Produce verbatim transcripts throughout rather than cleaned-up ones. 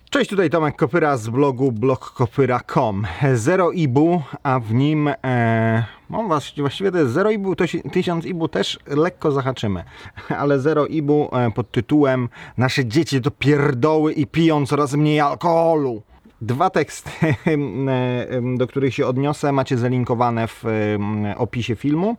Cześć, tutaj Tomek Kopyra z blogu blog kopyra kropka com. Zero ibu, a w nim, e, no właściwie to jest zero ibu, to tysiąc ibu też lekko zahaczymy, ale zero ibu e, pod tytułem Nasze dzieci to pierdoły i piją coraz mniej alkoholu. Dwa teksty, do których się odniosę, macie zalinkowane w opisie filmu.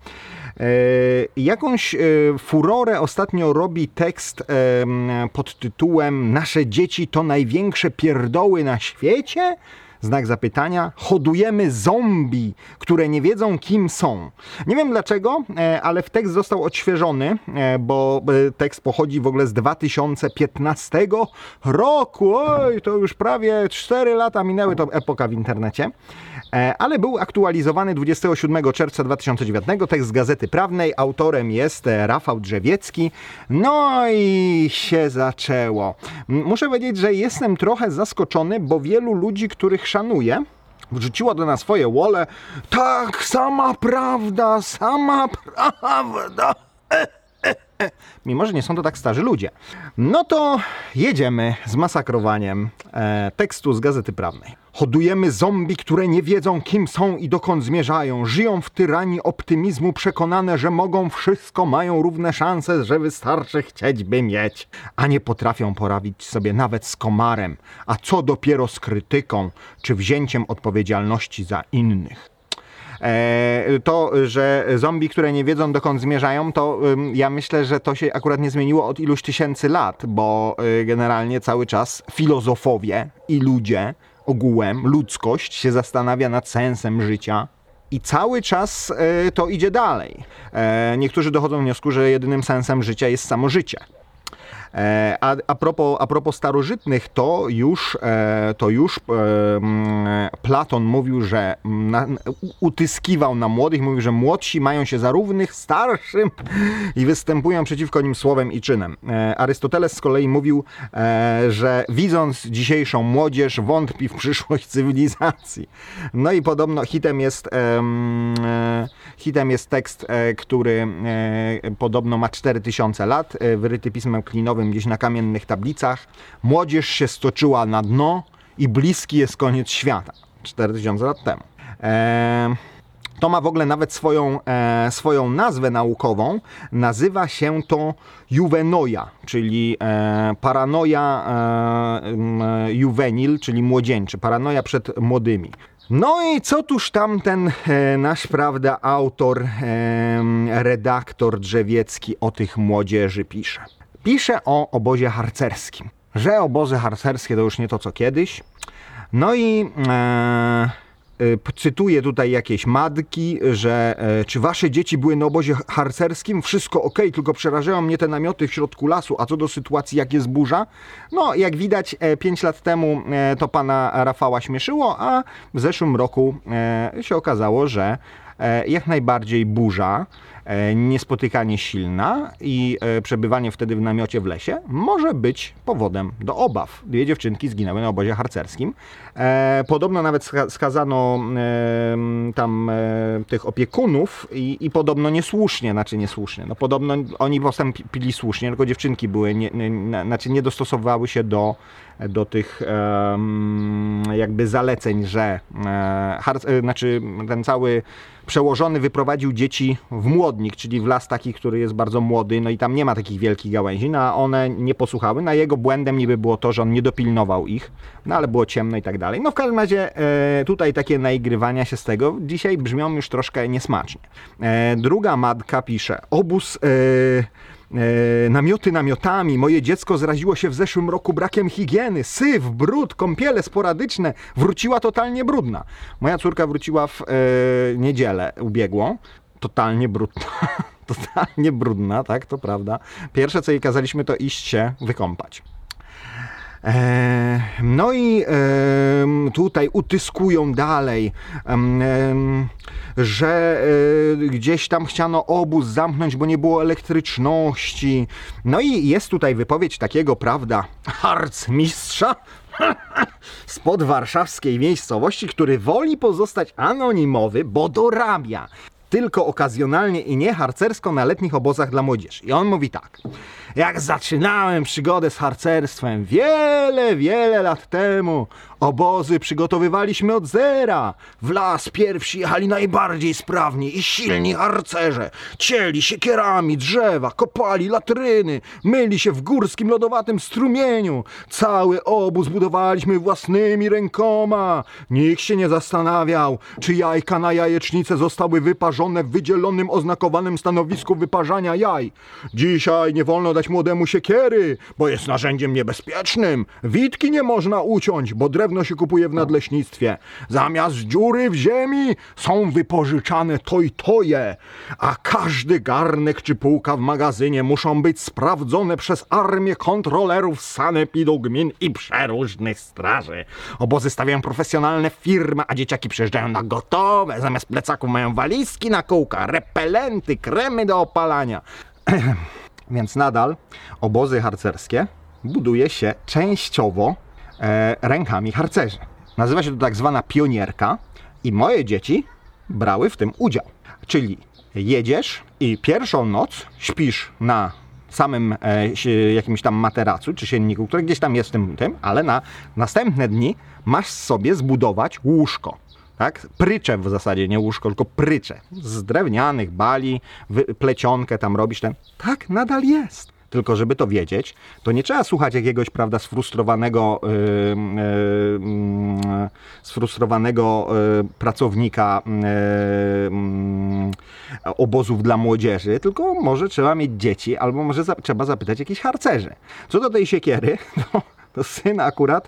Jakąś furorę ostatnio robi tekst pod tytułem Nasze dzieci to największe pierdoły na świecie? Znak zapytania. Hodujemy zombie, które nie wiedzą, kim są. Nie wiem dlaczego, ale w tekst został odświeżony, bo tekst pochodzi w ogóle z dwa tysiące piętnastego roku. Oj, to już prawie cztery lata minęły, to epoka w internecie. Ale był aktualizowany dwudziestego siódmego czerwca dwa tysiące dziewiątego. Tekst z Gazety Prawnej. Autorem jest Rafał Drzewiecki. No i się zaczęło. Muszę powiedzieć, że jestem trochę zaskoczony, bo wielu ludzi, których szanuję, wrzuciło to na swoje wole. Tak, sama prawda, sama prawda. E, e, e. Mimo że nie są to tak starzy ludzie. No to jedziemy z masakrowaniem e, tekstu z Gazety Prawnej. Hodujemy zombie, które nie wiedzą, kim są i dokąd zmierzają. Żyją w tyranii optymizmu, przekonane, że mogą wszystko, mają równe szanse, że wystarczy chcieć, by mieć. A nie potrafią poradzić sobie nawet z komarem. A co dopiero z krytyką, czy wzięciem odpowiedzialności za innych. To, że zombie, które nie wiedzą, dokąd zmierzają, to ja myślę, że to się akurat nie zmieniło od iluś tysięcy lat, bo generalnie cały czas filozofowie i ludzie, ogółem, ludzkość się zastanawia nad sensem życia i cały czas to idzie dalej. Niektórzy dochodzą do wniosku, że jedynym sensem życia jest samo życie. A, a, propos, a propos starożytnych, to już, to już e, Platon mówił, że na, utyskiwał na młodych, mówił, że młodsi mają się za równych starszym i występują przeciwko nim słowem i czynem. Arystoteles z kolei mówił, e, że widząc dzisiejszą młodzież, wątpi w przyszłość cywilizacji. No i podobno hitem jest, e, hitem jest tekst, e, który e, podobno ma cztery tysiące lat, e, wyryty pismem klinowym gdzieś na kamiennych tablicach. Młodzież się stoczyła na dno i bliski jest koniec świata. cztery tysiące lat temu. Eee, to ma w ogóle nawet swoją, e, swoją nazwę naukową. Nazywa się to juwenoja, czyli e, paranoja e, juvenil, czyli młodzieńczy. Paranoja przed młodymi. No i co tuż tam ten e, nasz, prawda, autor, e, redaktor Drzewiecki o tych młodzieży pisze. Pisze o obozie harcerskim, że obozy harcerskie to już nie to co kiedyś. No i e, e, cytuję tutaj jakieś madki, że e, czy wasze dzieci były na obozie harcerskim? Wszystko okej, okay, tylko przerażają mnie te namioty w środku lasu. A co do sytuacji, jak jest burza? No, jak widać, e, pięć lat temu e, to pana Rafała śmieszyło, a w zeszłym roku e, się okazało, że e, jak najbardziej burza, niespotykanie silna i przebywanie wtedy w namiocie w lesie może być powodem do obaw. Dwie dziewczynki zginęły na obozie harcerskim. Podobno nawet skazano tam tych opiekunów i, i podobno niesłusznie, znaczy niesłusznie, no podobno oni postąpili słusznie, tylko dziewczynki były, nie, nie, znaczy nie dostosowały się do, do tych jakby zaleceń, że znaczy ten cały przełożony wyprowadził dzieci w Młodnik, czyli w las taki, który jest bardzo młody, no i tam nie ma takich wielkich gałęzi, no a one nie posłuchały, no jego błędem niby było to, że on nie dopilnował ich, no ale było ciemno i tak dalej. No w każdym razie e, tutaj takie naigrywania się z tego dzisiaj brzmią już troszkę niesmacznie. E, druga madka pisze, obóz... E, E, namioty namiotami, moje dziecko zraziło się w zeszłym roku brakiem higieny, syf, brud, kąpiele sporadyczne, wróciła totalnie brudna. Moja córka wróciła w e, niedzielę ubiegłą, totalnie brudna, totalnie brudna, tak, to prawda. Pierwsze co jej kazaliśmy to iść się wykąpać. E, no i e, tutaj utyskują dalej, e, że e, gdzieś tam chciano obóz zamknąć, bo nie było elektryczności. No i jest tutaj wypowiedź takiego, prawda, harcmistrza spod warszawskiej miejscowości, który woli pozostać anonimowy, bo dorabia tylko okazjonalnie i nie harcersko na letnich obozach dla młodzieży. I on mówi tak. jak zaczynałem przygodę z harcerstwem wiele, wiele lat temu. Obozy przygotowywaliśmy od zera. W las pierwsi jechali najbardziej sprawni i silni harcerze. Cięli siekierami drzewa, kopali latryny, myli się w górskim lodowatym strumieniu. Cały obóz budowaliśmy własnymi rękoma. Nikt się nie zastanawiał, czy jajka na jajecznicę zostały wyparzone w wydzielonym, oznakowanym stanowisku wyparzania jaj. Dzisiaj nie wolno dać młodemu siekiery, bo jest narzędziem niebezpiecznym. Witki nie można uciąć, bo drewno się kupuje w nadleśnictwie. Zamiast dziury w ziemi są wypożyczane toj-toje, a każdy garnek czy półka w magazynie muszą być sprawdzone przez armię kontrolerów z sanepidu gmin i przeróżnych straży. Obozy stawiają profesjonalne firmy, a dzieciaki przyjeżdżają na gotowe. Zamiast plecaków mają walizki na kółka, repelenty, kremy do opalania. Więc nadal obozy harcerskie buduje się częściowo e, rękami harcerzy. Nazywa się to tak zwana pionierka i moje dzieci brały w tym udział. Czyli jedziesz i pierwszą noc śpisz na samym e, jakimś tam materacu czy sienniku, który gdzieś tam jest w tym, tym, ale na następne dni masz sobie zbudować łóżko. Tak? Prycze w zasadzie, nie łóżko, tylko prycze. Z drewnianych bali, plecionkę tam robisz ten. Tak, nadal jest. Tylko żeby to wiedzieć, to nie trzeba słuchać jakiegoś, prawda, sfrustrowanego, yy, yy, sfrustrowanego yy, pracownika yy, obozów dla młodzieży, tylko może trzeba mieć dzieci, albo może za, trzeba zapytać jakichś harcerzy. Co do tej siekiery, to... To syn akurat,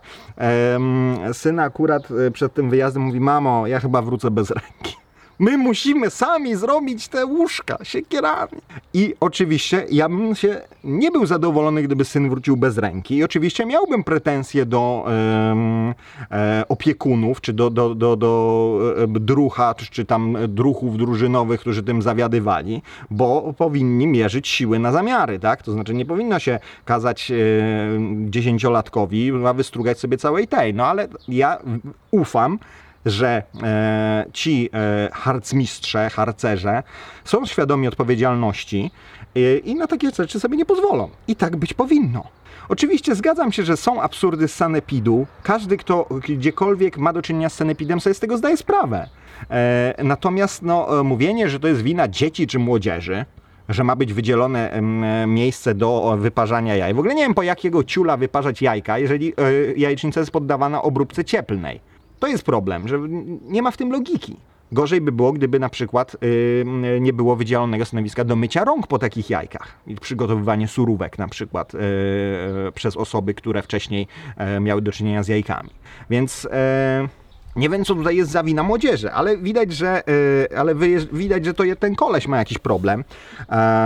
um, syn akurat przed tym wyjazdem mówi: mamo, ja chyba wrócę bez ręki. My musimy sami zrobić te łóżka siekierami. I oczywiście ja bym się nie był zadowolony, gdyby syn wrócił bez ręki. I oczywiście miałbym pretensje do um, e, opiekunów, czy do, do, do, do e, drucha, czy, czy tam druchów drużynowych, którzy tym zawiadywali, bo powinni mierzyć siły na zamiary, tak? To znaczy nie powinno się kazać e, dziesięciolatkowi, a wystrugać sobie całej tej. No ale ja ufam, że e, ci e, harcmistrze, harcerze są świadomi odpowiedzialności e, i na takie rzeczy sobie nie pozwolą. I tak być powinno. Oczywiście zgadzam się, że są absurdy z sanepidu. Każdy, kto gdziekolwiek ma do czynienia z sanepidem, sobie z tego zdaje sprawę. E, natomiast no, mówienie, że to jest wina dzieci czy młodzieży, że ma być wydzielone e, miejsce do wyparzania jaj. W ogóle nie wiem, po jakiego ciula wyparzać jajka, jeżeli e, jajecznica jest poddawana obróbce cieplnej. To jest problem, że nie ma w tym logiki. Gorzej by było, gdyby na przykład yy, nie było wydzielonego stanowiska do mycia rąk po takich jajkach. I przygotowywanie surówek na przykład yy, przez osoby, które wcześniej yy, miały do czynienia z jajkami. Więc yy, nie wiem, co tutaj jest za wina młodzieży, ale widać, że, yy, ale widać, że to ten koleś ma jakiś problem, yy,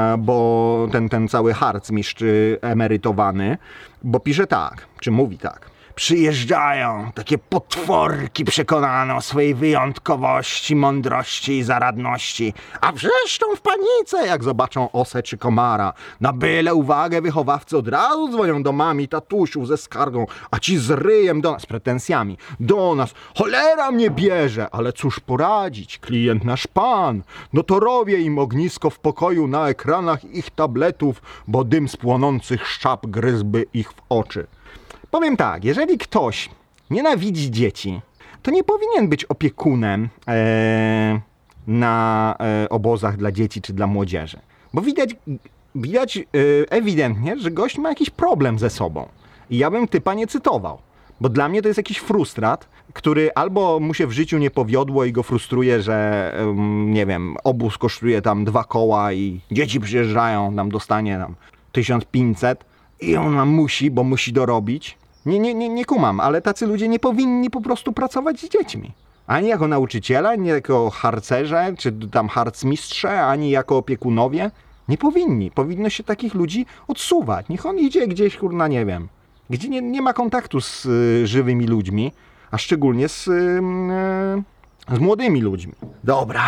bo ten, ten cały harcmistrz yy, emerytowany, bo pisze tak, czy mówi tak. Przyjeżdżają takie potworki przekonane o swojej wyjątkowości, mądrości i zaradności, a wrzeszczą w panice, jak zobaczą osę czy komara. Na byle uwagę wychowawcy od razu dzwonią do mami, tatusiów ze skargą, a ci z ryjem do nas, pretensjami. Do nas, cholera mnie bierze, ale cóż poradzić, klient nasz pan. No to robię im ognisko w pokoju na ekranach ich tabletów, bo dym z płonących szczap gryzłby ich w oczy. Powiem tak, jeżeli ktoś nienawidzi dzieci, to nie powinien być opiekunem e, na e, obozach dla dzieci czy dla młodzieży. Bo widać, widać e, ewidentnie, że gość ma jakiś problem ze sobą. I ja bym typa nie cytował. Bo dla mnie to jest jakiś frustrat, który albo mu się w życiu nie powiodło i go frustruje, że nie wiem, obóz kosztuje tam dwa koła i dzieci przyjeżdżają, tam dostanie tam tysiąc pięćset i ona musi, bo musi dorobić. Nie, nie, nie, nie kumam, ale tacy ludzie nie powinni po prostu pracować z dziećmi. Ani jako nauczyciele, ani jako harcerze, czy tam harcmistrze, ani jako opiekunowie. Nie powinni. Powinno się takich ludzi odsuwać. Niech on idzie gdzieś, kurna, nie wiem, gdzie nie, nie ma kontaktu z y, żywymi ludźmi, a szczególnie z, y, y, z młodymi ludźmi. Dobra,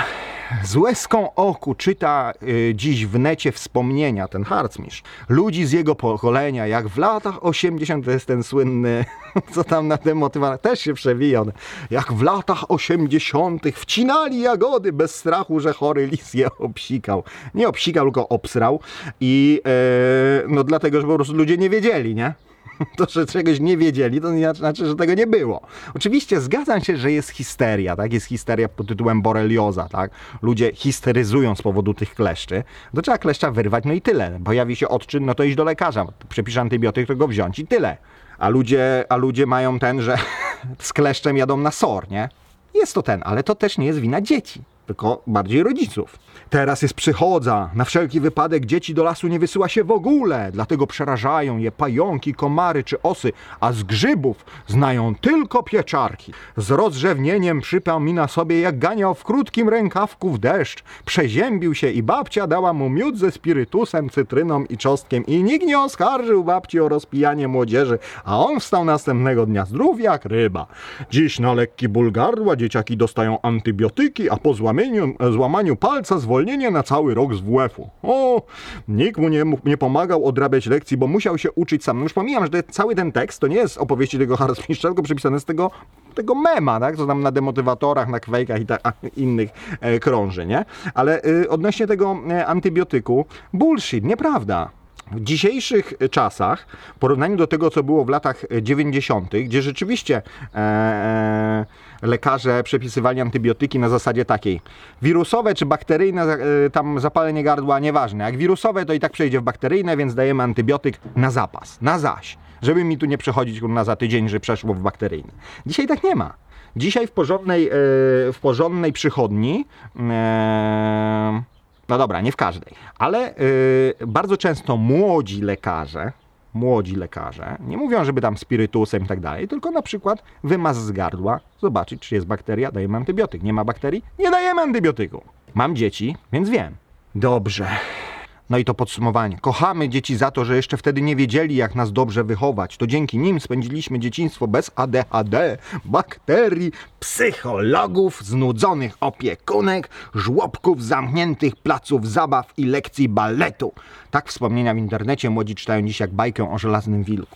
Z łezką oku czyta y, dziś w necie wspomnienia, ten harcmistrz, ludzi z jego pokolenia, jak w latach osiemdziesiątych, to jest ten słynny, co tam na tym motywach też się przewija, jak w latach osiemdziesiątych wcinali jagody bez strachu, że chory lis je obsikał. Nie obsikał, tylko obsrał i y, no dlatego, że po prostu ludzie nie wiedzieli, nie? To, że czegoś nie wiedzieli, to nie znaczy, że tego nie było. Oczywiście zgadzam się, że jest histeria, tak? Jest histeria pod tytułem borelioza, tak? Ludzie histeryzują z powodu tych kleszczy. To trzeba kleszcza wyrwać, no i tyle. Pojawi się odczyn, no to iść do lekarza. Przepisze antybiotyk, to go wziąć i tyle. A ludzie, a ludzie mają ten, że z kleszczem jadą na SOR, nie? Jest to ten, ale to też nie jest wina dzieci, tylko bardziej rodziców. Teraz jest przychodza. Na wszelki wypadek dzieci do lasu nie wysyła się w ogóle. Dlatego przerażają je pająki, komary czy osy, a z grzybów znają tylko pieczarki. Z rozrzewnieniem przypomina sobie, jak ganiał w krótkim rękawku w deszcz. Przeziębił się i babcia dała mu miód ze spirytusem, cytryną i czosnkiem. I nikt nie oskarżył babci o rozpijanie młodzieży, a on wstał następnego dnia zdrów jak ryba. Dziś na lekki ból gardła dzieciaki dostają antybiotyki, a po złamieniu, złamaniu palca zwolnienie na cały rok z W F-u. O, nikt mu nie, nie pomagał odrabiać lekcji, bo musiał się uczyć sam. No już pomijam, że te, cały ten tekst to nie jest opowieści tego harcmistrza, tylko przepisane z tego, tego mema, tak? Co tam na demotywatorach, na kwejkach i tak innych e, krąży, nie? Ale e, odnośnie tego e, antybiotyku, bullshit, nieprawda. W dzisiejszych czasach, w porównaniu do tego, co było w latach dziewięćdziesiątych, gdzie rzeczywiście e, lekarze przepisywali antybiotyki na zasadzie takiej: wirusowe czy bakteryjne, e, tam zapalenie gardła, nieważne. Jak wirusowe, to i tak przejdzie w bakteryjne, więc dajemy antybiotyk na zapas, na zaś. Żeby mi tu nie przechodzić na za tydzień, że przeszło w bakteryjny. Dzisiaj tak nie ma. Dzisiaj w porządnej, e, w porządnej przychodni e, no dobra, nie w każdej, ale yy, bardzo często młodzi lekarze, młodzi lekarze, nie mówią, żeby tam spirytusem i tak dalej, tylko na przykład wymaz z gardła, zobaczyć, czy jest bakteria, dajemy antybiotyk. Nie ma bakterii? Nie dajemy antybiotyku. Mam dzieci, więc wiem. Dobrze. No i to podsumowanie. Kochamy dzieci za to, że jeszcze wtedy nie wiedzieli, jak nas dobrze wychować. To dzięki nim spędziliśmy dzieciństwo bez A D H D, bakterii, psychologów, znudzonych opiekunek, żłobków, zamkniętych placów zabaw i lekcji baletu. Tak wspomnienia w internecie młodzi czytają dziś jak bajkę o żelaznym wilku.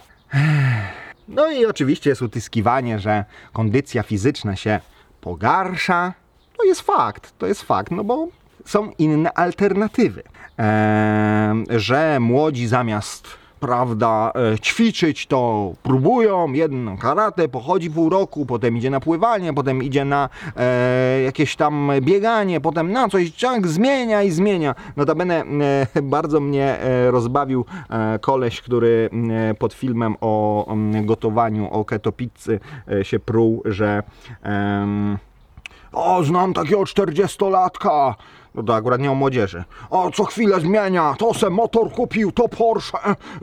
No i oczywiście jest utyskiwanie, że kondycja fizyczna się pogarsza. To jest fakt, to jest fakt, no bo są inne alternatywy. Eee, że młodzi zamiast, prawda, e, ćwiczyć, to próbują jedno karate, pochodzi pół roku, potem idzie na pływanie, potem idzie na e, jakieś tam bieganie, potem na coś, tak zmienia i zmienia. Notabene e, bardzo mnie e, rozbawił e, koleś, który e, pod filmem o o gotowaniu, o keto pizzy e, się pruł, że e, o, znam takiego czterdziestolatka. No to akurat nie o młodzieży. O, co chwilę zmienia. To se motor kupił, to Porsche.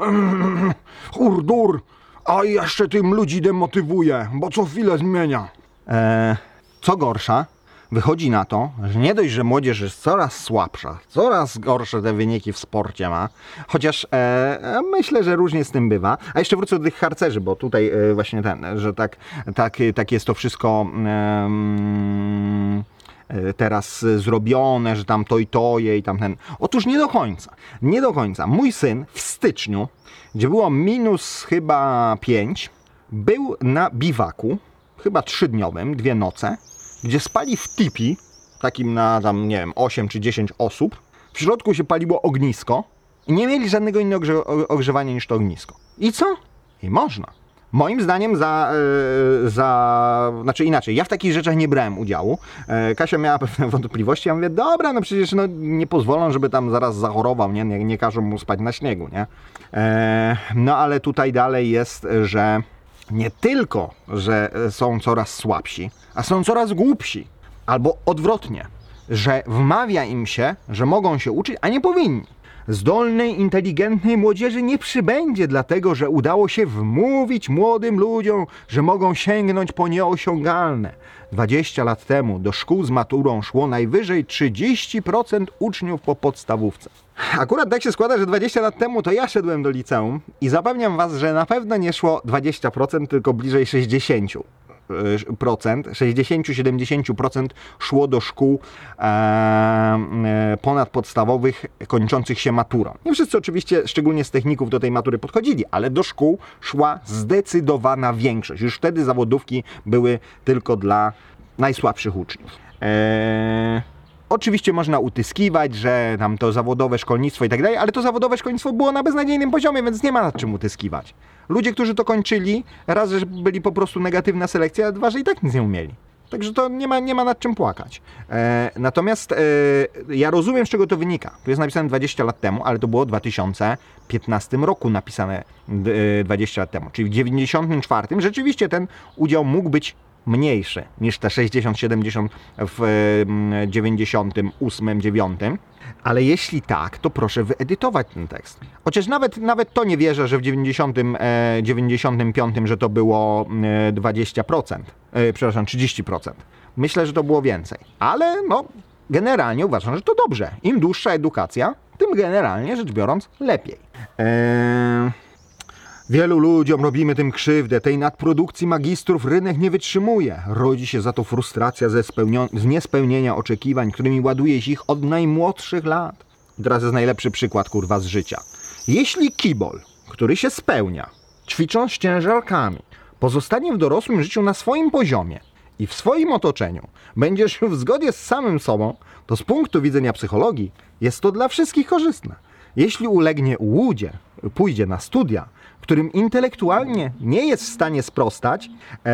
Hurdur. A jeszcze tym ludzi demotywuje, bo co chwilę zmienia. Eee, co gorsza, wychodzi na to, że nie dość, że młodzież jest coraz słabsza, coraz gorsze te wyniki w sporcie ma, chociaż e, myślę, że różnie z tym bywa. A jeszcze wrócę do tych harcerzy, bo tutaj e, właśnie ten, że tak, tak, tak jest to wszystko e, teraz zrobione, że tam to i to je i tamten. Otóż nie do końca. Nie do końca. Mój syn w styczniu, gdzie było minus chyba pięć, był na biwaku, chyba trzydniowym, dwie noce, gdzie spali w tipi, takim na tam, nie wiem, osiem czy dziesięć osób. W środku się paliło ognisko i nie mieli żadnego innego ogrze- ogrzewania niż to ognisko. I co? I można. Moim zdaniem za, yy, za... Znaczy inaczej, ja w takich rzeczach nie brałem udziału. Yy, Kasia miała pewne wątpliwości, ja mówię, dobra, no przecież no, nie pozwolą, żeby tam zaraz zachorował, nie? Nie, nie każą mu spać na śniegu, nie? Yy, no ale tutaj dalej jest, że nie tylko, że są coraz słabsi, a są coraz głupsi. Albo odwrotnie, że wmawia im się, że mogą się uczyć, a nie powinni. Zdolnej, inteligentnej młodzieży nie przybędzie, dlatego że udało się wmówić młodym ludziom, że mogą sięgnąć po nieosiągalne. dwadzieścia lat temu do szkół z maturą szło najwyżej trzydzieści procent uczniów po podstawówce. Akurat tak się składa, że dwadzieścia lat temu to ja szedłem do liceum i zapewniam was, że na pewno nie szło dwadzieścia procent, tylko bliżej sześćdziesiąt procent. procent, sześćdziesiąt do siedemdziesięciu procent szło do szkół e, e, ponadpodstawowych kończących się maturą. Nie wszyscy oczywiście, szczególnie z techników, do tej matury podchodzili, ale do szkół szła zdecydowana większość. Już wtedy zawodówki były tylko dla najsłabszych uczniów. E, Oczywiście można utyskiwać, że tam to zawodowe szkolnictwo i tak dalej, ale to zawodowe szkolnictwo było na beznadziejnym poziomie, więc nie ma nad czym utyskiwać. Ludzie, którzy to kończyli, raz, że byli po prostu negatywna selekcja, a dwa, że i tak nic nie umieli. Także to nie ma, nie ma nad czym płakać. E, natomiast e, ja rozumiem, z czego to wynika. Tu jest napisane dwadzieścia lat temu, ale to było w dwa tysiące piętnastym roku napisane e, dwadzieścia lat temu. Czyli w dziewięćdziesiątym czwartym rzeczywiście ten udział mógł być mniejszy niż te sześćdziesiąt siedemdziesiąt w dziewięćdziesiątym ósmym dziewiątym. Ale jeśli tak, to proszę wyedytować ten tekst. Chociaż nawet, nawet to nie wierzę, że w dziewięćdziesiątym dziewięćdziesiątym piątym, że to było dwadzieścia procent, e, przepraszam, trzydzieści procent. Myślę, że to było więcej. Ale no, generalnie uważam, że to dobrze. Im dłuższa edukacja, tym generalnie rzecz biorąc lepiej. Eee... Wielu ludziom robimy tym krzywdę, tej nadprodukcji magistrów rynek nie wytrzymuje. Rodzi się za to frustracja ze spełnio- z niespełnienia oczekiwań, którymi ładuje się ich od najmłodszych lat. I teraz jest najlepszy przykład, kurwa, z życia. Jeśli kibol, który się spełnia, ćwicząc z ciężarkami, pozostanie w dorosłym życiu na swoim poziomie i w swoim otoczeniu będziesz w zgodzie z samym sobą, to z punktu widzenia psychologii jest to dla wszystkich korzystne. Jeśli ulegnie ułudzie, pójdzie na studia, którym intelektualnie nie jest w stanie sprostać,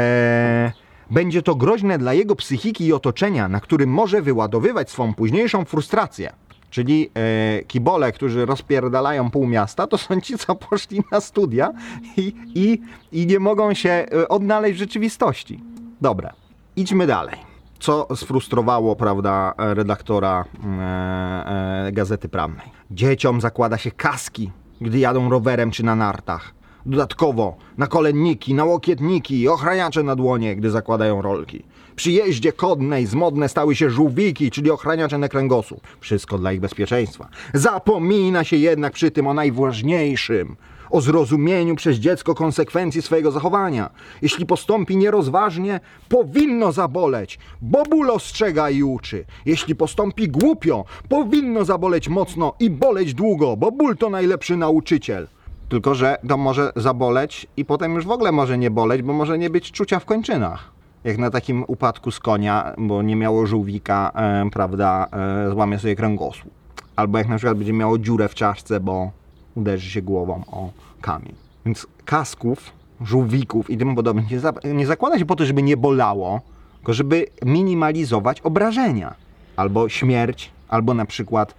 ee, będzie to groźne dla jego psychiki i otoczenia, na którym może wyładowywać swą późniejszą frustrację. Czyli e, kibole, którzy rozpierdalają pół miasta, to są ci, co poszli na studia i, i, i nie mogą się odnaleźć w rzeczywistości. Dobra, idźmy dalej. Co sfrustrowało, prawda, redaktora e, e, Gazety Prawnej? Dzieciom zakłada się kaski, gdy jadą rowerem czy na nartach. Dodatkowo nakolenniki, nałokietniki i ochraniacze na dłonie, gdy zakładają rolki. Przy jeździe konnej zmodne stały się żółwiki, czyli ochraniacze na kręgosłup. Wszystko dla ich bezpieczeństwa. Zapomina się jednak przy tym o najważniejszym. O zrozumieniu przez dziecko konsekwencji swojego zachowania. Jeśli postąpi nierozważnie, powinno zaboleć, bo ból ostrzega i uczy. Jeśli postąpi głupio, powinno zaboleć mocno i boleć długo, bo ból to najlepszy nauczyciel. Tylko że to może zaboleć i potem już w ogóle może nie boleć, bo może nie być czucia w kończynach. Jak na takim upadku z konia, bo nie miało żółwika, e, prawda, e, złamie sobie kręgosłup. Albo jak na przykład będzie miało dziurę w czaszce, bo uderzy się głową o kamień. Więc kasków, żółwików i tym podobnych nie, za, nie zakłada się po to, żeby nie bolało, tylko żeby minimalizować obrażenia. Albo śmierć, albo na przykład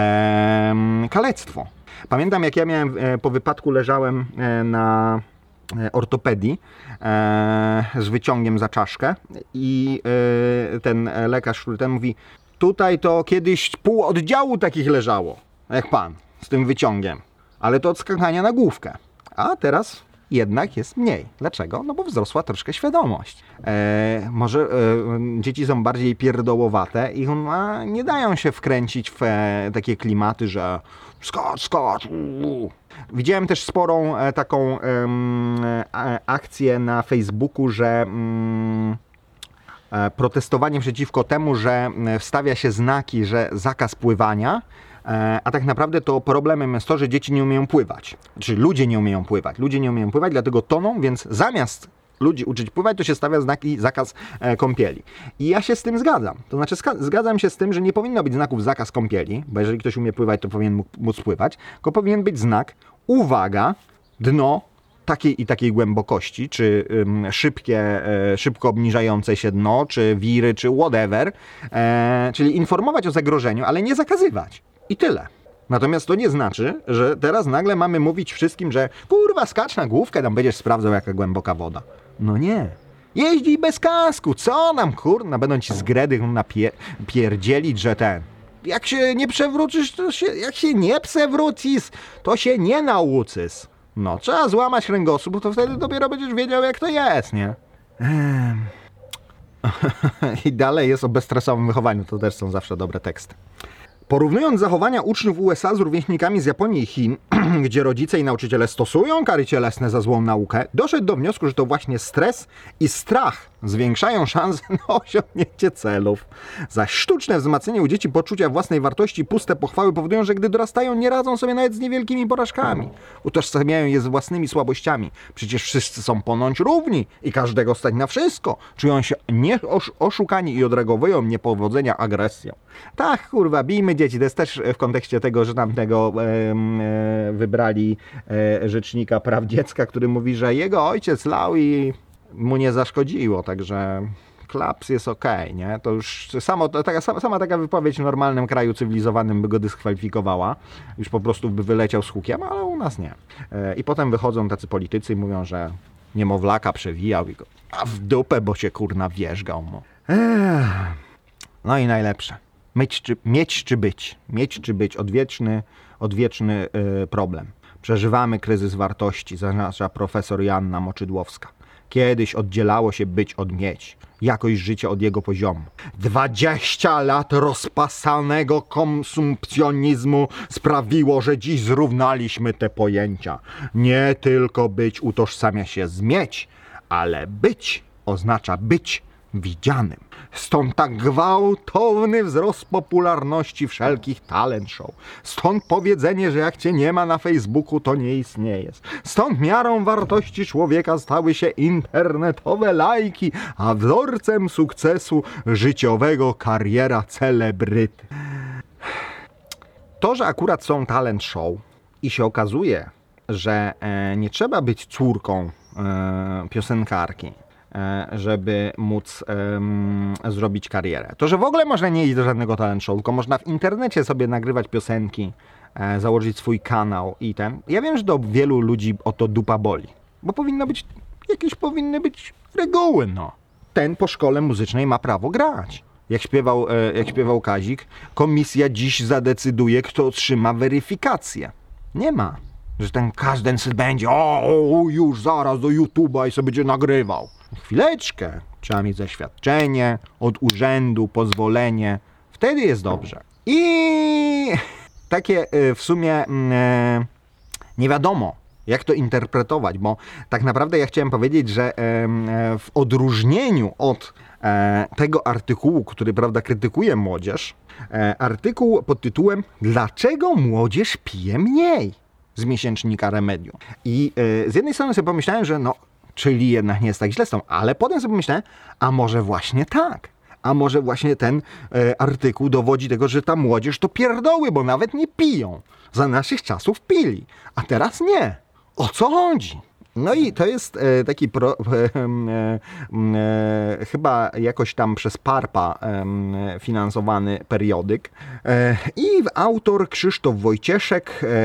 e, kalectwo. Pamiętam, jak ja miałem e, po wypadku leżałem e, na e, ortopedii e, z wyciągiem za czaszkę i e, ten lekarz, który ten mówi, tutaj to kiedyś pół oddziału takich leżało, jak pan, z tym wyciągiem, ale to od skakania na główkę, a teraz jednak jest mniej. Dlaczego? No bo wzrosła troszkę świadomość. E, może e, dzieci są bardziej pierdołowate i a, nie dają się wkręcić w e, takie klimaty, że skacz, skacz. Uu. Widziałem też sporą e, taką e, akcję na Facebooku, że mm, e, protestowanie przeciwko temu, że wstawia się znaki, że zakaz pływania, a tak naprawdę to problemem jest to, że dzieci nie umieją pływać. Czyli ludzie nie umieją pływać. Ludzie nie umieją pływać, dlatego toną, więc zamiast ludzi uczyć pływać, to się stawia znaki zakaz e, kąpieli. I ja się z tym zgadzam. To znaczy zgadzam się z tym, że nie powinno być znaków zakaz kąpieli, bo jeżeli ktoś umie pływać, to powinien móc pływać, tylko powinien być znak uwaga, dno takiej i takiej głębokości, czy ym, szybkie, e, szybko obniżające się dno, czy wiry, czy whatever. E, czyli informować o zagrożeniu, ale nie zakazywać. I tyle. Natomiast to nie znaczy, że teraz nagle mamy mówić wszystkim, że kurwa skacz na główkę, tam będziesz sprawdzał jaka głęboka woda. No nie. Jeździ bez kasku, co nam kurna, będą ci z gredy napierdzielić, że ten. Jak się nie przewrócisz, to się, jak się nie przewrócisz, to się nie nauczysz. No, trzeba złamać kręgosłup, bo to wtedy dopiero będziesz wiedział jak to jest, nie? Ehm. I dalej jest o bezstresowym wychowaniu, to też są zawsze dobre teksty. Porównując zachowania uczniów U S A z rówieśnikami z Japonii i Chin, gdzie rodzice i nauczyciele stosują kary cielesne za złą naukę, doszedł do wniosku, że to właśnie stres i strach zwiększają szanse na osiągnięcie celów. Zaś sztuczne wzmacnianie u dzieci poczucia własnej wartości, puste pochwały powodują, że gdy dorastają, nie radzą sobie nawet z niewielkimi porażkami. Utożsamiają je z własnymi słabościami. Przecież wszyscy są ponoć równi i każdego stać na wszystko. Czują się nie oszukani i odreagowują niepowodzenia agresją. Tak, kurwa, bijmy dzieci. To jest też w kontekście tego, że tamtego e, e, wybrali e, rzecznika praw dziecka, który mówi, że jego ojciec lał i mu nie zaszkodziło, także klaps jest okej, okay, nie? To już samo, taka, sama taka wypowiedź w normalnym kraju cywilizowanym by go dyskwalifikowała. Już po prostu by wyleciał z hukiem, ale u nas nie. E, I potem wychodzą tacy politycy i mówią, że niemowlaka przewijał i go, a w dupę, bo się kurna wierzgał mu. Ech. No i najlepsze. Mieć czy, mieć czy być. Mieć czy być. Odwieczny, odwieczny yy, problem. Przeżywamy kryzys wartości, zaznacza profesor Joanna Moczydłowska. Kiedyś oddzielało się być od mieć. Jakość życia od jego poziomu. Dwadzieścia lat rozpasanego konsumpcjonizmu sprawiło, że dziś zrównaliśmy te pojęcia. Nie tylko być utożsamia się z mieć, ale być oznacza być widzianym. Stąd tak gwałtowny wzrost popularności wszelkich talent show. Stąd powiedzenie, że jak cię nie ma na Facebooku, to nie istniejesz. Stąd miarą wartości człowieka stały się internetowe lajki, a wzorcem sukcesu życiowego kariera celebryty. To, że akurat są talent show i się okazuje, że e, nie trzeba być córką e, piosenkarki, żeby móc um, zrobić karierę. To, że w ogóle można nie iść do żadnego talent show, tylko można w internecie sobie nagrywać piosenki, e, założyć swój kanał i ten. Ja wiem, że do wielu ludzi o to dupa boli, bo powinno być, jakieś powinny być reguły, no. Ten po szkole muzycznej ma prawo grać. Jak śpiewał, e, jak śpiewał Kazik, komisja dziś zadecyduje, kto otrzyma weryfikację. Nie ma. Że ten każdy będzie, o, o, już zaraz do YouTube'a i sobie będzie nagrywał. Chwileczkę, trzeba mieć zaświadczenie od urzędu, pozwolenie, wtedy jest dobrze. I takie w sumie nie wiadomo, jak to interpretować, bo tak naprawdę ja chciałem powiedzieć, że w odróżnieniu od tego artykułu, który, prawda, krytykuje młodzież, artykuł pod tytułem "Dlaczego młodzież pije mniej?" z miesięcznika Remedium. I z jednej strony sobie pomyślałem, że no, czyli jednak nie jest tak źle z tą, ale potem sobie pomyślałem, a może właśnie tak. A może właśnie ten e, artykuł dowodzi tego, że ta młodzież to pierdoły, bo nawet nie piją. Za naszych czasów pili, a teraz nie. O co chodzi? No i to jest e, taki pro, e, e, e, chyba jakoś tam przez Parpa e, finansowany periodyk. E, I autor Krzysztof Wojcieszek, e,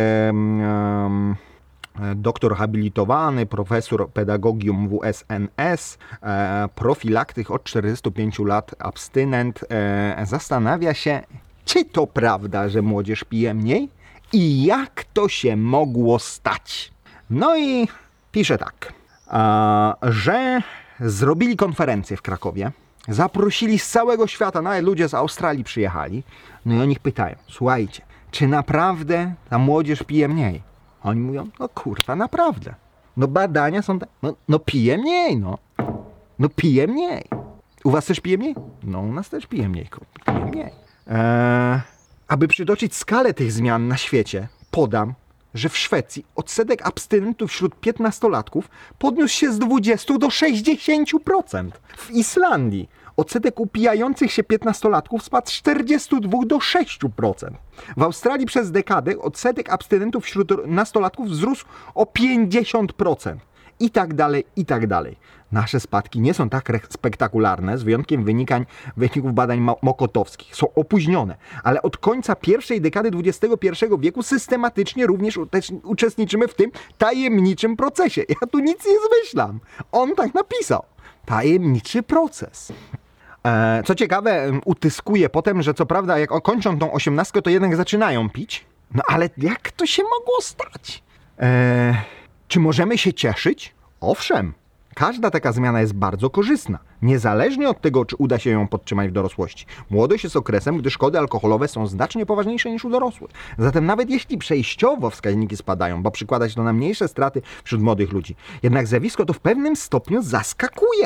e, doktor habilitowany, profesor pedagogium W S N S, e, profilaktyk od czterdziestu pięciu lat, abstynent, e, zastanawia się, czy to prawda, że młodzież pije mniej i jak to się mogło stać. No i pisze tak, a, że zrobili konferencję w Krakowie, zaprosili z całego świata, nawet ludzie z Australii przyjechali, no i oni ich pytają, słuchajcie, czy naprawdę ta młodzież pije mniej? A oni mówią, no kurwa, naprawdę. No badania są, no, no pije mniej, no. No pije mniej. U was też pije mniej? No u nas też pije mniej, pije mniej. Eee, aby przytoczyć skalę tych zmian na świecie, podam, że w Szwecji odsetek abstynentów wśród piętnastolatków podniósł się z dwudziestu do sześćdziesięciu procent. W Islandii odsetek upijających się piętnastolatków spadł z czterdziestu dwóch do sześciu procent. W Australii przez dekadę odsetek abstynentów wśród nastolatków wzrósł o pięćdziesiąt procent. I tak dalej, i tak dalej. Nasze spadki nie są tak spektakularne, z wyjątkiem wynikań, wyników badań mokotowskich. Są opóźnione, ale od końca pierwszej dekady dwudziestego pierwszego wieku systematycznie również uczestniczymy w tym tajemniczym procesie. Ja tu nic nie zmyślam. On tak napisał. Tajemniczy proces. E, co ciekawe, utyskuje potem, że co prawda jak kończą tą osiemnastkę, to jednak zaczynają pić. No ale jak to się mogło stać? E, czy możemy się cieszyć? Owszem. Każda taka zmiana jest bardzo korzystna, niezależnie od tego, czy uda się ją podtrzymać w dorosłości. Młodość jest okresem, gdy szkody alkoholowe są znacznie poważniejsze niż u dorosłych. Zatem nawet jeśli przejściowo wskaźniki spadają, bo przykłada się to na mniejsze straty wśród młodych ludzi, jednak zjawisko to w pewnym stopniu zaskakuje.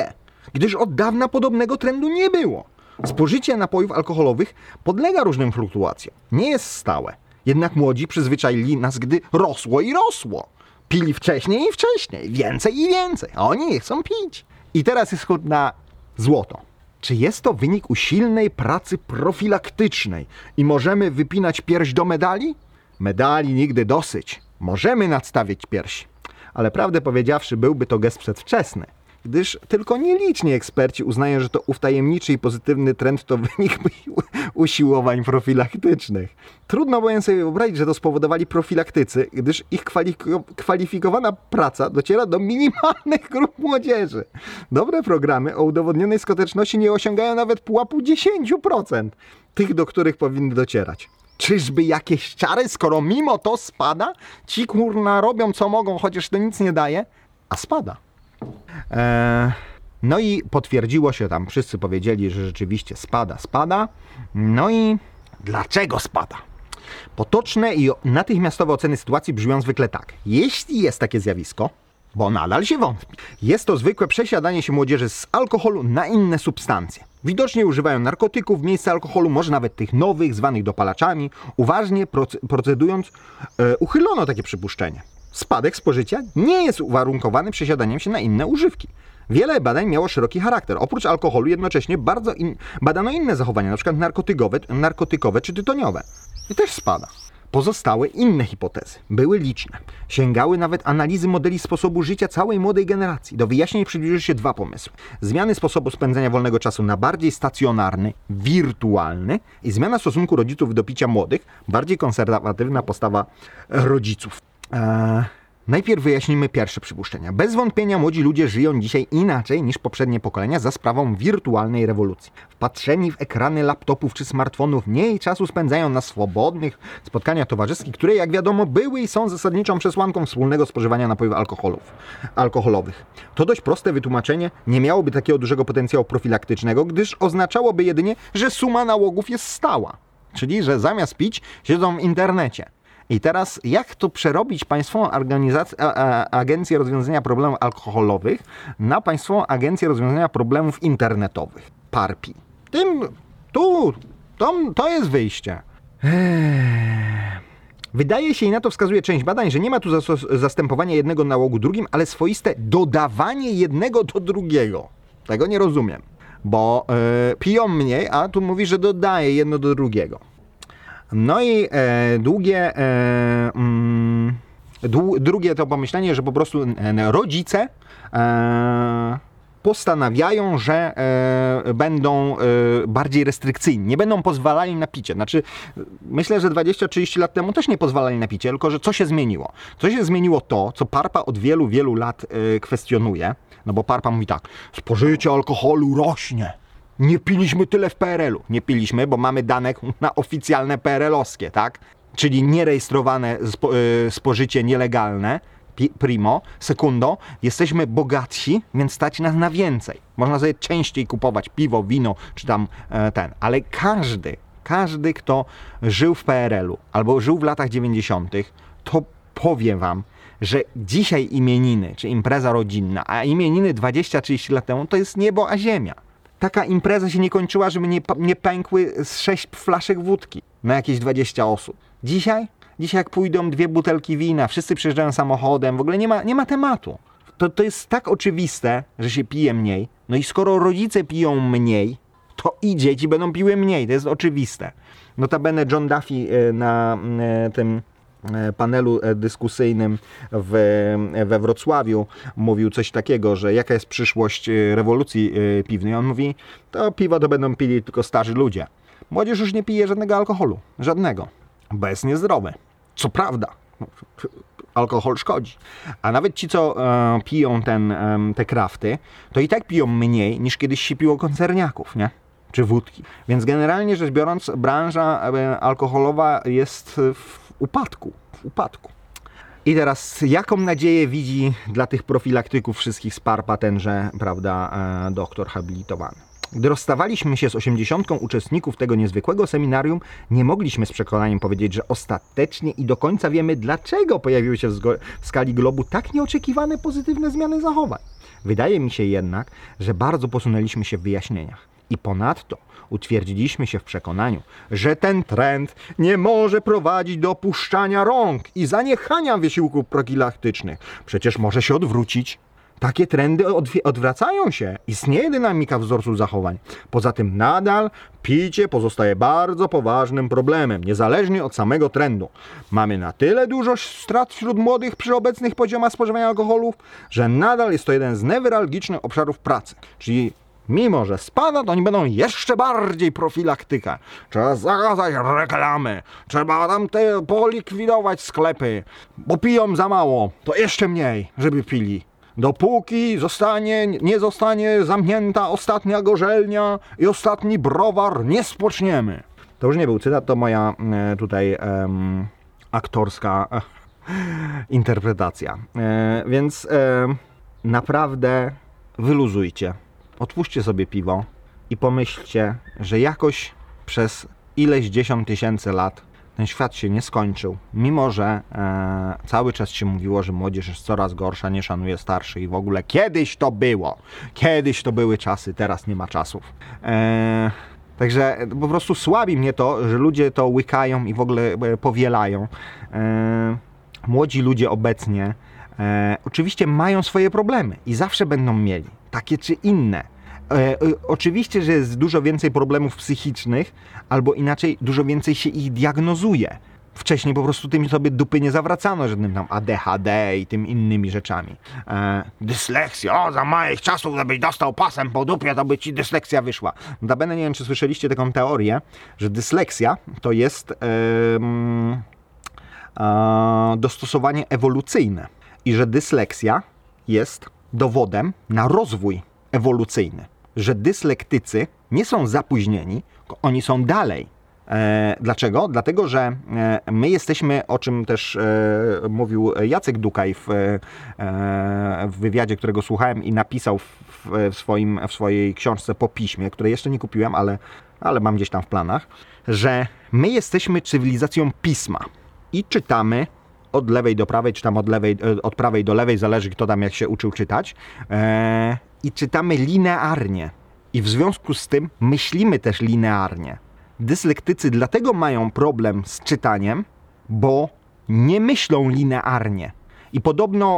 gdyż od dawna podobnego trendu nie było. Spożycie napojów alkoholowych podlega różnym fluktuacjom, nie jest stałe. Jednak młodzi przyzwyczaili nas, gdy rosło i rosło. Pili wcześniej i wcześniej, więcej i więcej, a oni nie chcą pić. I teraz jest chód na złoto. Czy jest to wynik usilnej pracy profilaktycznej i możemy wypinać pierś do medali? Medali nigdy dosyć. Możemy nadstawiać piersi. Ale prawdę powiedziawszy, byłby to gest przedwczesny, gdyż tylko nieliczni eksperci uznają, że to ów tajemniczy i pozytywny trend to wynik usiłowań profilaktycznych. Trudno bowiem sobie wyobrazić, że to spowodowali profilaktycy, gdyż ich kwalifikowana praca dociera do minimalnych grup młodzieży. Dobre programy o udowodnionej skuteczności nie osiągają nawet pułapu dziesięć procent tych, do których powinny docierać. Czyżby jakieś czary, skoro mimo to spada? Ci kurna robią co mogą, chociaż to nic nie daje, a spada. Eee, no i potwierdziło się tam, wszyscy powiedzieli, że rzeczywiście spada, spada. No i dlaczego spada? Potoczne i natychmiastowe oceny sytuacji brzmią zwykle tak. Jeśli jest takie zjawisko, bo nadal się wątpi, jest to zwykłe przesiadanie się młodzieży z alkoholu na inne substancje. Widocznie używają narkotyków w miejsce alkoholu, może nawet tych nowych, zwanych dopalaczami. Uważnie procedując, e, uchylono takie przypuszczenie. Spadek spożycia nie jest uwarunkowany przesiadaniem się na inne używki. Wiele badań miało szeroki charakter. Oprócz alkoholu jednocześnie bardzo in, badano inne zachowania, np. narkotykowe, narkotykowe czy tytoniowe. I też spada. Pozostałe inne hipotezy były liczne. Sięgały nawet analizy modeli sposobu życia całej młodej generacji. Do wyjaśnień przybliżyły się dwa pomysły. Zmiany sposobu spędzania wolnego czasu na bardziej stacjonarny, wirtualny i zmiana stosunku rodziców do picia młodych, bardziej konserwatywna postawa rodziców. Eee, najpierw wyjaśnijmy pierwsze przypuszczenia. Bez wątpienia młodzi ludzie żyją dzisiaj inaczej niż poprzednie pokolenia za sprawą wirtualnej rewolucji. Wpatrzeni w ekrany laptopów czy smartfonów mniej czasu spędzają na swobodnych spotkaniach towarzyskich, które jak wiadomo były i są zasadniczą przesłanką wspólnego spożywania napojów alkoholów, alkoholowych. To dość proste wytłumaczenie nie miałoby takiego dużego potencjału profilaktycznego, gdyż oznaczałoby jedynie, że suma nałogów jest stała. Czyli, że zamiast pić siedzą w internecie. I teraz jak to przerobić Państwową Organizację, a, a, Agencję Rozwiązania Problemów Alkoholowych na Państwową Agencję Rozwiązania Problemów Internetowych? PARPI. Tym, tu, to, to jest wyjście. Eee. Wydaje się i na to wskazuje część badań, że nie ma tu zas- zastępowania jednego nałogu drugim, ale swoiste dodawanie jednego do drugiego. Tego nie rozumiem, bo e, piją mniej, a tu mówi, że dodaje jedno do drugiego. No i e, długie, e, mm, dłu, drugie to pomyślenie, że po prostu e, rodzice e, postanawiają, że e, będą e, bardziej restrykcyjni, nie będą pozwalali na picie. Znaczy, myślę, że dwadzieścia trzydzieści lat temu też nie pozwalali na picie, tylko że co się zmieniło? Co się zmieniło to, co PARPA od wielu, wielu lat e, kwestionuje, no bo PARPA mówi tak, spożycie alkoholu rośnie. Nie piliśmy tyle w P R L u. Nie piliśmy, bo mamy dane na oficjalne P R L-owskie, tak? Czyli nierejestrowane spo, y, spożycie nielegalne, pi, primo. Sekundo, jesteśmy bogatsi, więc stać nas na więcej. Można sobie częściej kupować piwo, wino, czy tam e, ten. Ale każdy, każdy, kto żył w P R L u albo żył w latach dziewięćdziesiątych, to powiem wam, że dzisiaj imieniny, czy impreza rodzinna, a imieniny dwadzieścia trzydzieści lat temu, to jest niebo a ziemia. Taka impreza się nie kończyła, żeby nie, nie pękły z sześć flaszek wódki na jakieś dwadzieścia osób. Dzisiaj? Dzisiaj jak pójdą dwie butelki wina, wszyscy przyjeżdżają samochodem, w ogóle nie ma, nie ma tematu. To, to jest tak oczywiste, że się pije mniej. No i skoro rodzice piją mniej, to i dzieci będą piły mniej. To jest oczywiste. Notabene John Duffy na tym panelu dyskusyjnym w, we Wrocławiu mówił coś takiego, że jaka jest przyszłość rewolucji piwnej. On mówi, to piwo to będą pili tylko starzy ludzie. Młodzież już nie pije żadnego alkoholu. Żadnego. Bo jest niezdrowy. Co prawda. Alkohol szkodzi. A nawet ci, co e, piją ten, e, te krafty, to i tak piją mniej niż kiedyś się piło koncerniaków, nie? Czy wódki. Więc generalnie rzecz biorąc, branża e, alkoholowa jest w upadku. W upadku. I teraz, jaką nadzieję widzi dla tych profilaktyków wszystkich z PARPA tenże, prawda, e, doktor habilitowany? Gdy rozstawaliśmy się z osiemdziesiątką uczestników tego niezwykłego seminarium, nie mogliśmy z przekonaniem powiedzieć, że ostatecznie i do końca wiemy, dlaczego pojawiły się w, w skali globu tak nieoczekiwane pozytywne zmiany zachowań. Wydaje mi się jednak, że bardzo posunęliśmy się w wyjaśnieniach. I ponadto utwierdziliśmy się w przekonaniu, że ten trend nie może prowadzić do opuszczania rąk i zaniechania wysiłków profilaktycznych. Przecież może się odwrócić. Takie trendy odwi- odwracają się. Istnieje dynamika wzorców zachowań. Poza tym nadal picie pozostaje bardzo poważnym problemem, niezależnie od samego trendu. Mamy na tyle dużo strat wśród młodych przy obecnych poziomach spożywania alkoholów, że nadal jest to jeden z newralgicznych obszarów pracy. Czyli mimo że spada, to oni będą jeszcze bardziej profilaktyka. Trzeba zakazać reklamy, trzeba tam te polikwidować sklepy, bo piją za mało, to jeszcze mniej, żeby pili. Dopóki zostanie, nie zostanie zamknięta ostatnia gorzelnia i ostatni browar, nie spoczniemy. To już nie był cytat, to moja e, tutaj e, aktorska e, interpretacja. E, więc e, naprawdę wyluzujcie. Otwórzcie sobie piwo i pomyślcie, że jakoś przez ileś dziesiąt tysięcy lat ten świat się nie skończył, mimo że e, cały czas się mówiło, że młodzież jest coraz gorsza, nie szanuje starszych i w ogóle kiedyś to było, kiedyś to były czasy, teraz nie ma czasów. E, także po prostu słabi mnie to, że ludzie to łykają i w ogóle e, powielają. E, młodzi ludzie obecnie e, oczywiście mają swoje problemy i zawsze będą mieli, takie czy inne. E, oczywiście, że jest dużo więcej problemów psychicznych, albo inaczej, dużo więcej się ich diagnozuje. Wcześniej po prostu tym sobie dupy nie zawracano, żadnym tam A D H D i tym innymi rzeczami. E, dysleksja, o, za małych czasów, żebyś dostał pasem po dupie, to by ci dysleksja wyszła. Notabene nie wiem, czy słyszeliście taką teorię, że dysleksja to jest e, e, dostosowanie ewolucyjne i że dysleksja jest dowodem na rozwój ewolucyjny. Że dyslektycy nie są zapóźnieni, oni są dalej. E, dlaczego? Dlatego, że e, my jesteśmy, o czym też e, mówił Jacek Dukaj w, e, w wywiadzie, którego słuchałem i napisał w, w, swoim, w swojej książce Po piśmie, której jeszcze nie kupiłem, ale, ale mam gdzieś tam w planach, że my jesteśmy cywilizacją pisma i czytamy od lewej do prawej, czy tam od, lewej, od prawej do lewej, zależy kto tam jak się uczył czytać, e, i czytamy linearnie. I w związku z tym myślimy też linearnie. Dyslektycy dlatego mają problem z czytaniem, bo nie myślą linearnie. I podobno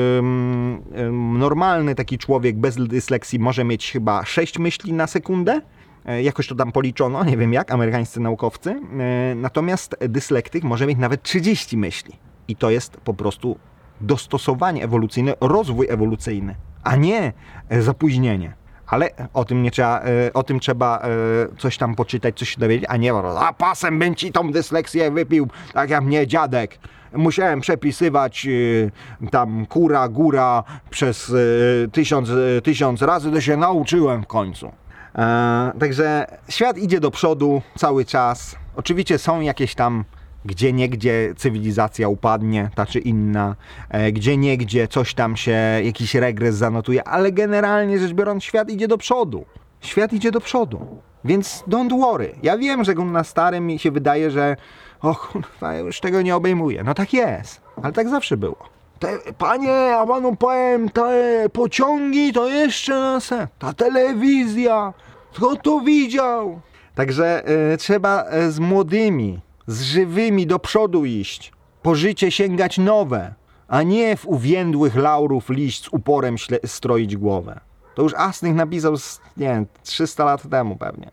ym, ym, normalny taki człowiek bez dysleksji może mieć chyba sześć myśli na sekundę. E, jakoś to tam policzono, nie wiem jak, amerykańscy naukowcy. E, natomiast dyslektyk może mieć nawet trzydzieści myśli. I to jest po prostu dostosowanie ewolucyjne, rozwój ewolucyjny, a nie zapóźnienie. Ale o tym nie trzeba, o tym trzeba coś tam poczytać, coś się dowiedzieć, a nie, a pasem bym ci tą dysleksję wypił, tak jak mnie dziadek. Musiałem przepisywać tam kura, góra przez tysiąc, tysiąc razy, to się nauczyłem w końcu. E, także świat idzie do przodu cały czas. Oczywiście są jakieś tam gdzie niegdzie cywilizacja upadnie, ta czy inna, e, gdzie niegdzie coś tam się, jakiś regres zanotuje, ale generalnie rzecz biorąc świat idzie do przodu. Świat idzie do przodu, więc don't worry. Ja wiem, że na starym mi się wydaje, że o kurwa, już tego nie obejmuję. No tak jest, ale tak zawsze było. Te, panie, a panu powiem, te pociągi to jeszcze na se, ta telewizja, kto to widział? Także e, trzeba e, z młodymi, z żywymi do przodu iść, po życie sięgać nowe, a nie w uwiędłych laurów liść z uporem śle- stroić głowę. To już Asnych napisał, z, nie wiem, trzysta lat temu pewnie.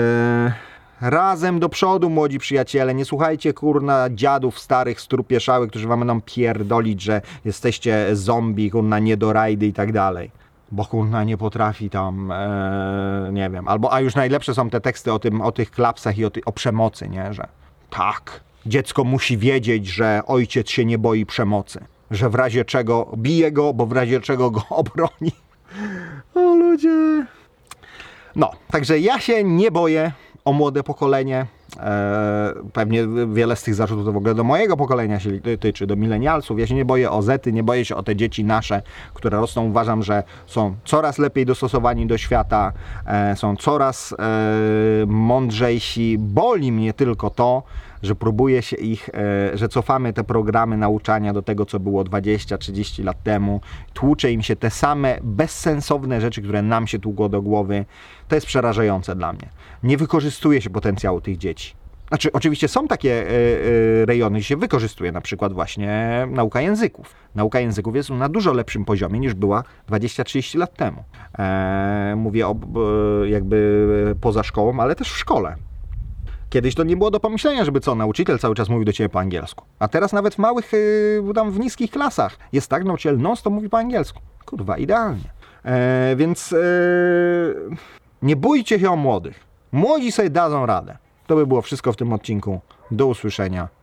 Yy, razem do przodu, młodzi przyjaciele, nie słuchajcie kurna dziadów starych, strupieszałych, którzy wam będą pierdolić, że jesteście zombie, kurna niedorajdy i tak dalej. Bo kurna nie potrafi tam, e, nie wiem, albo, a już najlepsze są te teksty o tym, o tych klapsach i o, ty, o przemocy, nie, że tak, dziecko musi wiedzieć, że ojciec się nie boi przemocy, że w razie czego bije go, bo w razie czego go obroni. O ludzie. No, także ja się nie boję o młode pokolenie. E, pewnie wiele z tych zarzutów to w ogóle do mojego pokolenia się tyczy, do milenialsów. Ja się nie boję o zety, nie boję się o te dzieci nasze, które rosną. Uważam, że są coraz lepiej dostosowani do świata, e, są coraz e, mądrzejsi. Boli mnie tylko to, że próbuje się ich, e, że cofamy te programy nauczania do tego, co było dwadzieścia trzydzieści lat temu, tłucze im się te same bezsensowne rzeczy, które nam się tłukło do głowy. To jest przerażające dla mnie. Nie wykorzystuje się potencjału tych dzieci. Znaczy, oczywiście są takie y, y, rejony, gdzie się wykorzystuje na przykład właśnie nauka języków. Nauka języków jest na dużo lepszym poziomie niż była dwadzieścia trzydzieści lat temu. E, mówię o, y, jakby poza szkołą, ale też w szkole. Kiedyś to nie było do pomyślenia, żeby co, nauczyciel cały czas mówił do ciebie po angielsku. A teraz nawet w małych, y, tam w niskich klasach jest tak, nauczyciel non-stop mówi po angielsku. Kurwa, idealnie. E, więc y, nie bójcie się o młodych. Młodzi sobie dadzą radę. To by było wszystko w tym odcinku. Do usłyszenia.